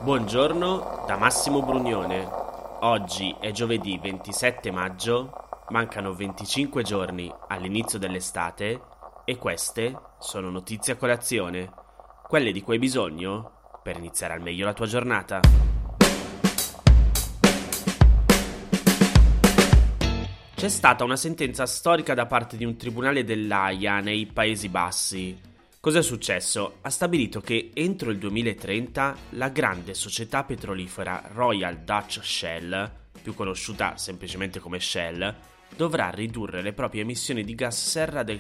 Buongiorno da Massimo Brugnone. Oggi è giovedì 27 maggio, mancano 25 giorni all'inizio dell'estate e queste sono notizie a colazione, quelle di cui hai bisogno per iniziare al meglio la tua giornata. C'è stata una sentenza storica da parte di un tribunale dell'Aia nei Paesi Bassi. Cos'è successo? Ha stabilito che entro il 2030 la grande società petrolifera Royal Dutch Shell, più conosciuta semplicemente come Shell, dovrà ridurre le proprie emissioni di gas serra del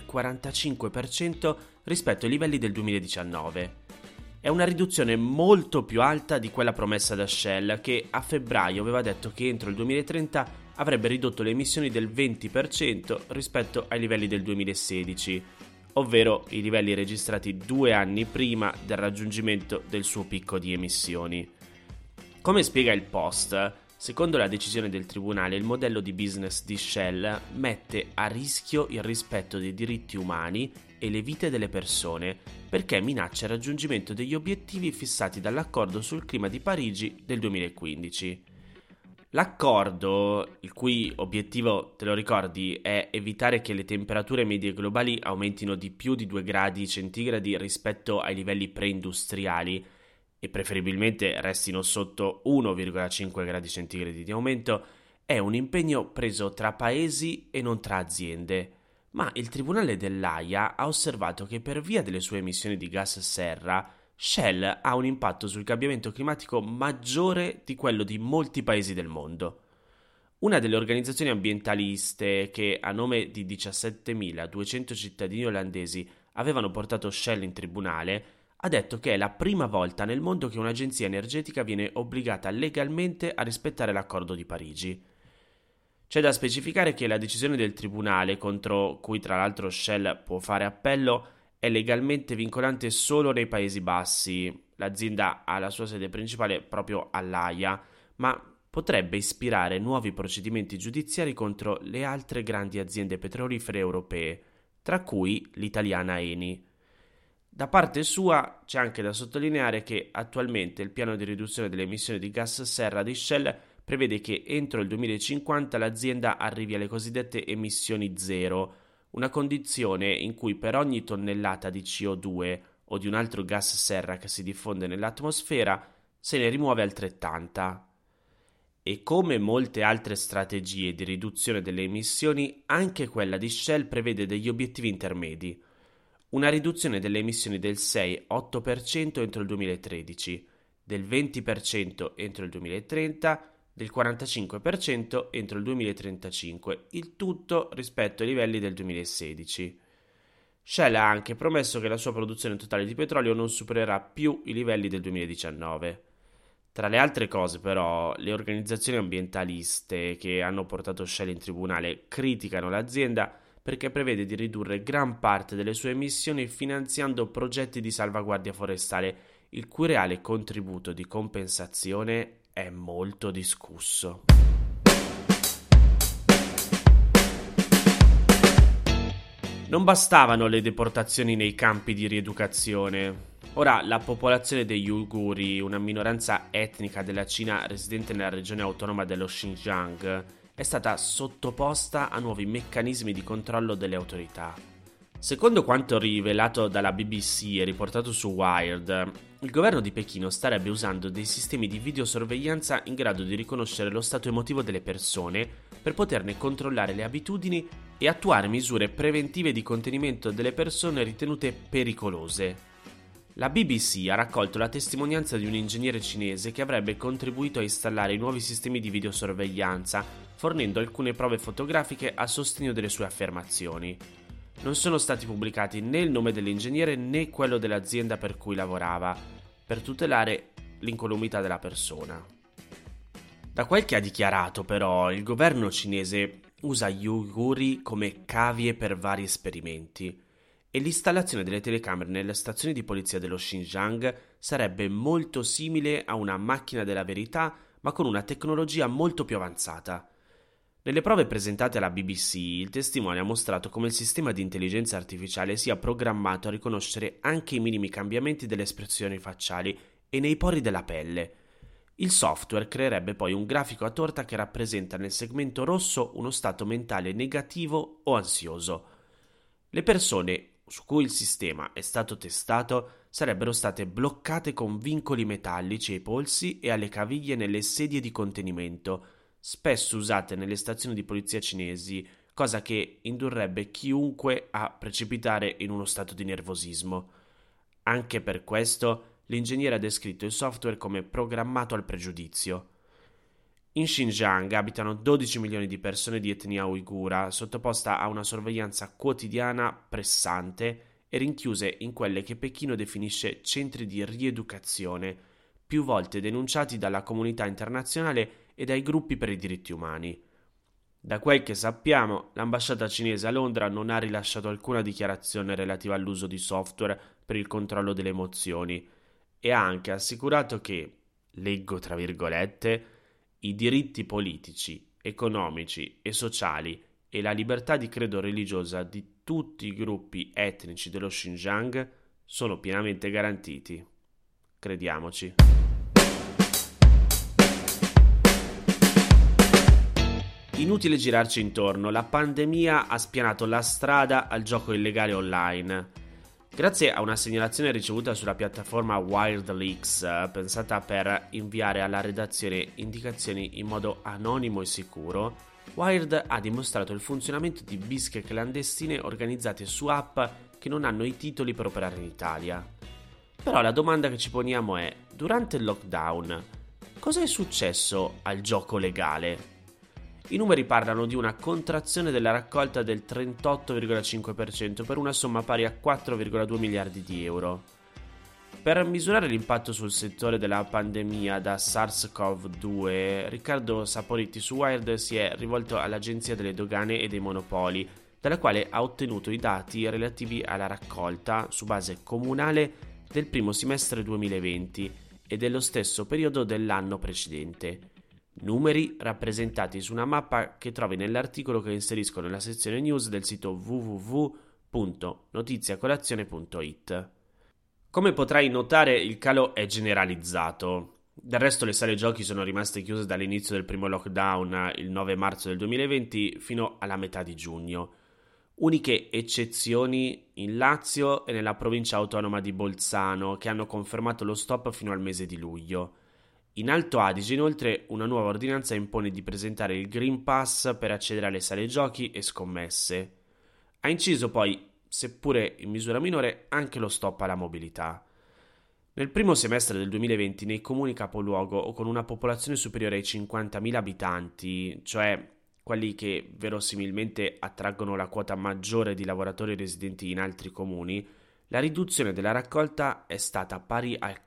45% rispetto ai livelli del 2019. È una riduzione molto più alta di quella promessa da Shell, che a febbraio aveva detto che entro il 2030 avrebbe ridotto le emissioni del 20% rispetto ai livelli del 2016, ovvero i livelli registrati 2 anni prima del raggiungimento del suo picco di emissioni. Come spiega il Post, secondo la decisione del tribunale, il modello di business di Shell mette a rischio il rispetto dei diritti umani e le vite delle persone, perché minaccia il raggiungimento degli obiettivi fissati dall'accordo sul clima di Parigi del 2015. L'accordo, il cui obiettivo, te lo ricordi, è evitare che le temperature medie globali aumentino di più di 2 gradi centigradi rispetto ai livelli preindustriali e preferibilmente restino sotto 1,5 gradi centigradi di aumento, è un impegno preso tra paesi e non tra aziende. Ma il Tribunale dell'Aia ha osservato che per via delle sue emissioni di gas serra, Shell ha un impatto sul cambiamento climatico maggiore di quello di molti paesi del mondo. Una delle organizzazioni ambientaliste che, a nome di 17.200 cittadini olandesi, avevano portato Shell in tribunale, ha detto che è la prima volta nel mondo che un'agenzia energetica viene obbligata legalmente a rispettare l'accordo di Parigi. C'è da specificare che la decisione del tribunale, contro cui tra l'altro Shell può fare appello, è legalmente vincolante solo nei Paesi Bassi. L'azienda ha la sua sede principale proprio all'Aia, ma potrebbe ispirare nuovi procedimenti giudiziari contro le altre grandi aziende petrolifere europee, tra cui l'italiana Eni. Da parte sua c'è anche da sottolineare che attualmente il piano di riduzione delle emissioni di gas serra di Shell prevede che entro il 2050 l'azienda arrivi alle cosiddette emissioni zero, una condizione in cui per ogni tonnellata di CO2 o di un altro gas serra che si diffonde nell'atmosfera se ne rimuove altrettanta. E come molte altre strategie di riduzione delle emissioni, anche quella di Shell prevede degli obiettivi intermedi. Una riduzione delle emissioni del 6-8% entro il 2013, del 20% entro il 2030, del 45% entro il 2035, il tutto rispetto ai livelli del 2016. Shell ha anche promesso che la sua produzione totale di petrolio non supererà più i livelli del 2019. Tra le altre cose, però, le organizzazioni ambientaliste che hanno portato Shell in tribunale criticano l'azienda perché prevede di ridurre gran parte delle sue emissioni finanziando progetti di salvaguardia forestale, il cui reale contributo di compensazione è molto discusso. Non bastavano le deportazioni nei campi di rieducazione. Ora la popolazione degli Uiguri, una minoranza etnica della Cina residente nella regione autonoma dello Xinjiang, è stata sottoposta a nuovi meccanismi di controllo delle autorità. Secondo quanto rivelato dalla BBC e riportato su Wired, il governo di Pechino starebbe usando dei sistemi di videosorveglianza in grado di riconoscere lo stato emotivo delle persone per poterne controllare le abitudini e attuare misure preventive di contenimento delle persone ritenute pericolose. La BBC ha raccolto la testimonianza di un ingegnere cinese che avrebbe contribuito a installare i nuovi sistemi di videosorveglianza, fornendo alcune prove fotografiche a sostegno delle sue affermazioni. Non sono stati pubblicati né il nome dell'ingegnere né quello dell'azienda per cui lavorava, per tutelare l'incolumità della persona. Da quel che ha dichiarato, però, il governo cinese usa gli uiguri come cavie per vari esperimenti e l'installazione delle telecamere nelle stazioni di polizia dello Xinjiang sarebbe molto simile a una macchina della verità, ma con una tecnologia molto più avanzata. Nelle prove presentate alla BBC, il testimone ha mostrato come il sistema di intelligenza artificiale sia programmato a riconoscere anche i minimi cambiamenti delle espressioni facciali e nei pori della pelle. Il software creerebbe poi un grafico a torta che rappresenta nel segmento rosso uno stato mentale negativo o ansioso. Le persone su cui il sistema è stato testato sarebbero state bloccate con vincoli metallici ai polsi e alle caviglie nelle sedie di contenimento, spesso usate nelle stazioni di polizia cinesi, cosa che indurrebbe chiunque a precipitare in uno stato di nervosismo. Anche per questo, l'ingegnere ha descritto il software come programmato al pregiudizio. In Xinjiang abitano 12 milioni di persone di etnia uigura, sottoposta a una sorveglianza quotidiana pressante e rinchiuse in quelle che Pechino definisce centri di rieducazione, più volte denunciati dalla comunità internazionale e dai gruppi per i diritti umani. Da quel che sappiamo, l'ambasciata cinese a Londra non ha rilasciato alcuna dichiarazione relativa all'uso di software per il controllo delle emozioni e ha anche assicurato che, leggo tra virgolette, i diritti politici, economici e sociali e la libertà di credo religiosa di tutti i gruppi etnici dello Xinjiang sono pienamente garantiti. Crediamoci. Inutile girarci intorno, la pandemia ha spianato la strada al gioco illegale online. Grazie a una segnalazione ricevuta sulla piattaforma WiredLeaks, pensata per inviare alla redazione indicazioni in modo anonimo e sicuro, Wired ha dimostrato il funzionamento di bische clandestine organizzate su app che non hanno i titoli per operare in Italia. Però la domanda che ci poniamo è: durante il lockdown, cosa è successo al gioco legale? I numeri parlano di una contrazione della raccolta del 38,5% per una somma pari a 4,2 miliardi di euro. Per misurare l'impatto sul settore della pandemia da SARS-CoV-2, Riccardo Saporiti su Wired si è rivolto all'Agenzia delle Dogane e dei Monopoli, dalla quale ha ottenuto i dati relativi alla raccolta su base comunale del primo semestre 2020 e dello stesso periodo dell'anno precedente. Numeri rappresentati su una mappa che trovi nell'articolo che inserisco nella sezione news del sito www.notiziacolazione.it. Come potrai notare, il calo è generalizzato. Del resto le sale giochi sono rimaste chiuse dall'inizio del primo lockdown, il 9 marzo del 2020, fino alla metà di giugno. Uniche eccezioni in Lazio e nella provincia autonoma di Bolzano, che hanno confermato lo stop fino al mese di luglio. In Alto Adige, inoltre, una nuova ordinanza impone di presentare il Green Pass per accedere alle sale giochi e scommesse. Ha inciso poi, seppure in misura minore, anche lo stop alla mobilità. Nel primo semestre del 2020, nei comuni capoluogo o con una popolazione superiore ai 50.000 abitanti, cioè quelli che verosimilmente attraggono la quota maggiore di lavoratori residenti in altri comuni, la riduzione della raccolta è stata pari al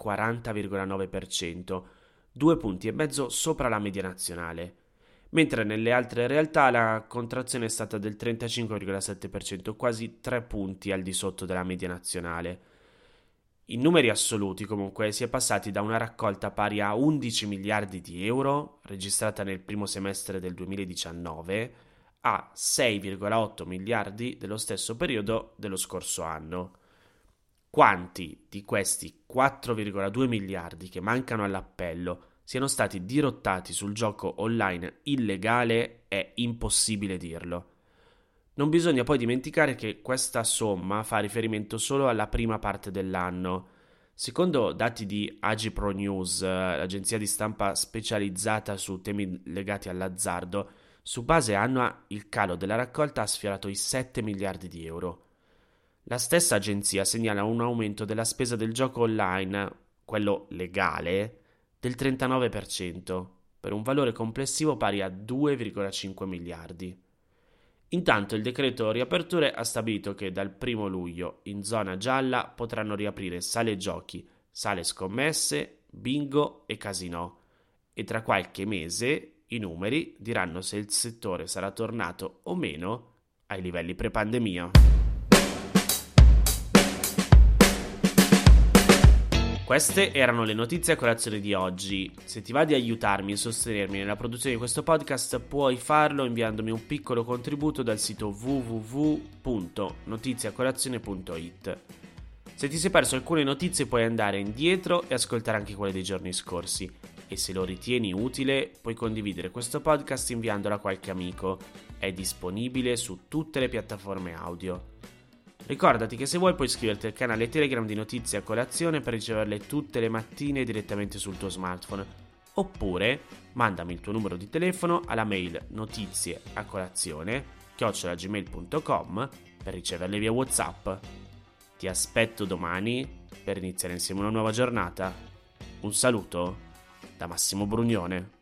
40,9%, 2,5 punti sopra la media nazionale, mentre nelle altre realtà la contrazione è stata del 35,7%, quasi 3 punti al di sotto della media nazionale. In numeri assoluti, comunque, si è passati da una raccolta pari a 11 miliardi di euro, registrata nel primo semestre del 2019, a 6,8 miliardi dello stesso periodo dello scorso anno. Quanti di questi 4,2 miliardi che mancano all'appello siano stati dirottati sul gioco online illegale è impossibile dirlo. Non bisogna poi dimenticare che questa somma fa riferimento solo alla prima parte dell'anno. Secondo dati di Agipro News, l'agenzia di stampa specializzata su temi legati all'azzardo, su base annua il calo della raccolta ha sfiorato i 7 miliardi di euro. La stessa agenzia segnala un aumento della spesa del gioco online, quello legale, del 39%, per un valore complessivo pari a 2,5 miliardi. Intanto il decreto riaperture ha stabilito che dal 1 luglio in zona gialla potranno riaprire sale giochi, sale scommesse, bingo e casinò, e tra qualche mese i numeri diranno se il settore sarà tornato o meno ai livelli pre-pandemia. Queste erano le notizie a colazione di oggi. Se ti va di aiutarmi e sostenermi nella produzione di questo podcast, puoi farlo inviandomi un piccolo contributo dal sito www.notiziacolazione.it. Se ti sei perso alcune notizie puoi andare indietro e ascoltare anche quelle dei giorni scorsi. e se lo ritieni utile puoi condividere questo podcast inviandolo a qualche amico. È disponibile su tutte le piattaforme audio. Ricordati che se vuoi puoi iscriverti al canale Telegram di Notizie a Colazione per riceverle tutte le mattine direttamente sul tuo smartphone. Oppure mandami il tuo numero di telefono alla mail notizieacolazione@gmail.com per riceverle via WhatsApp. Ti aspetto domani per iniziare insieme una nuova giornata. Un saluto da Massimo Brugnone.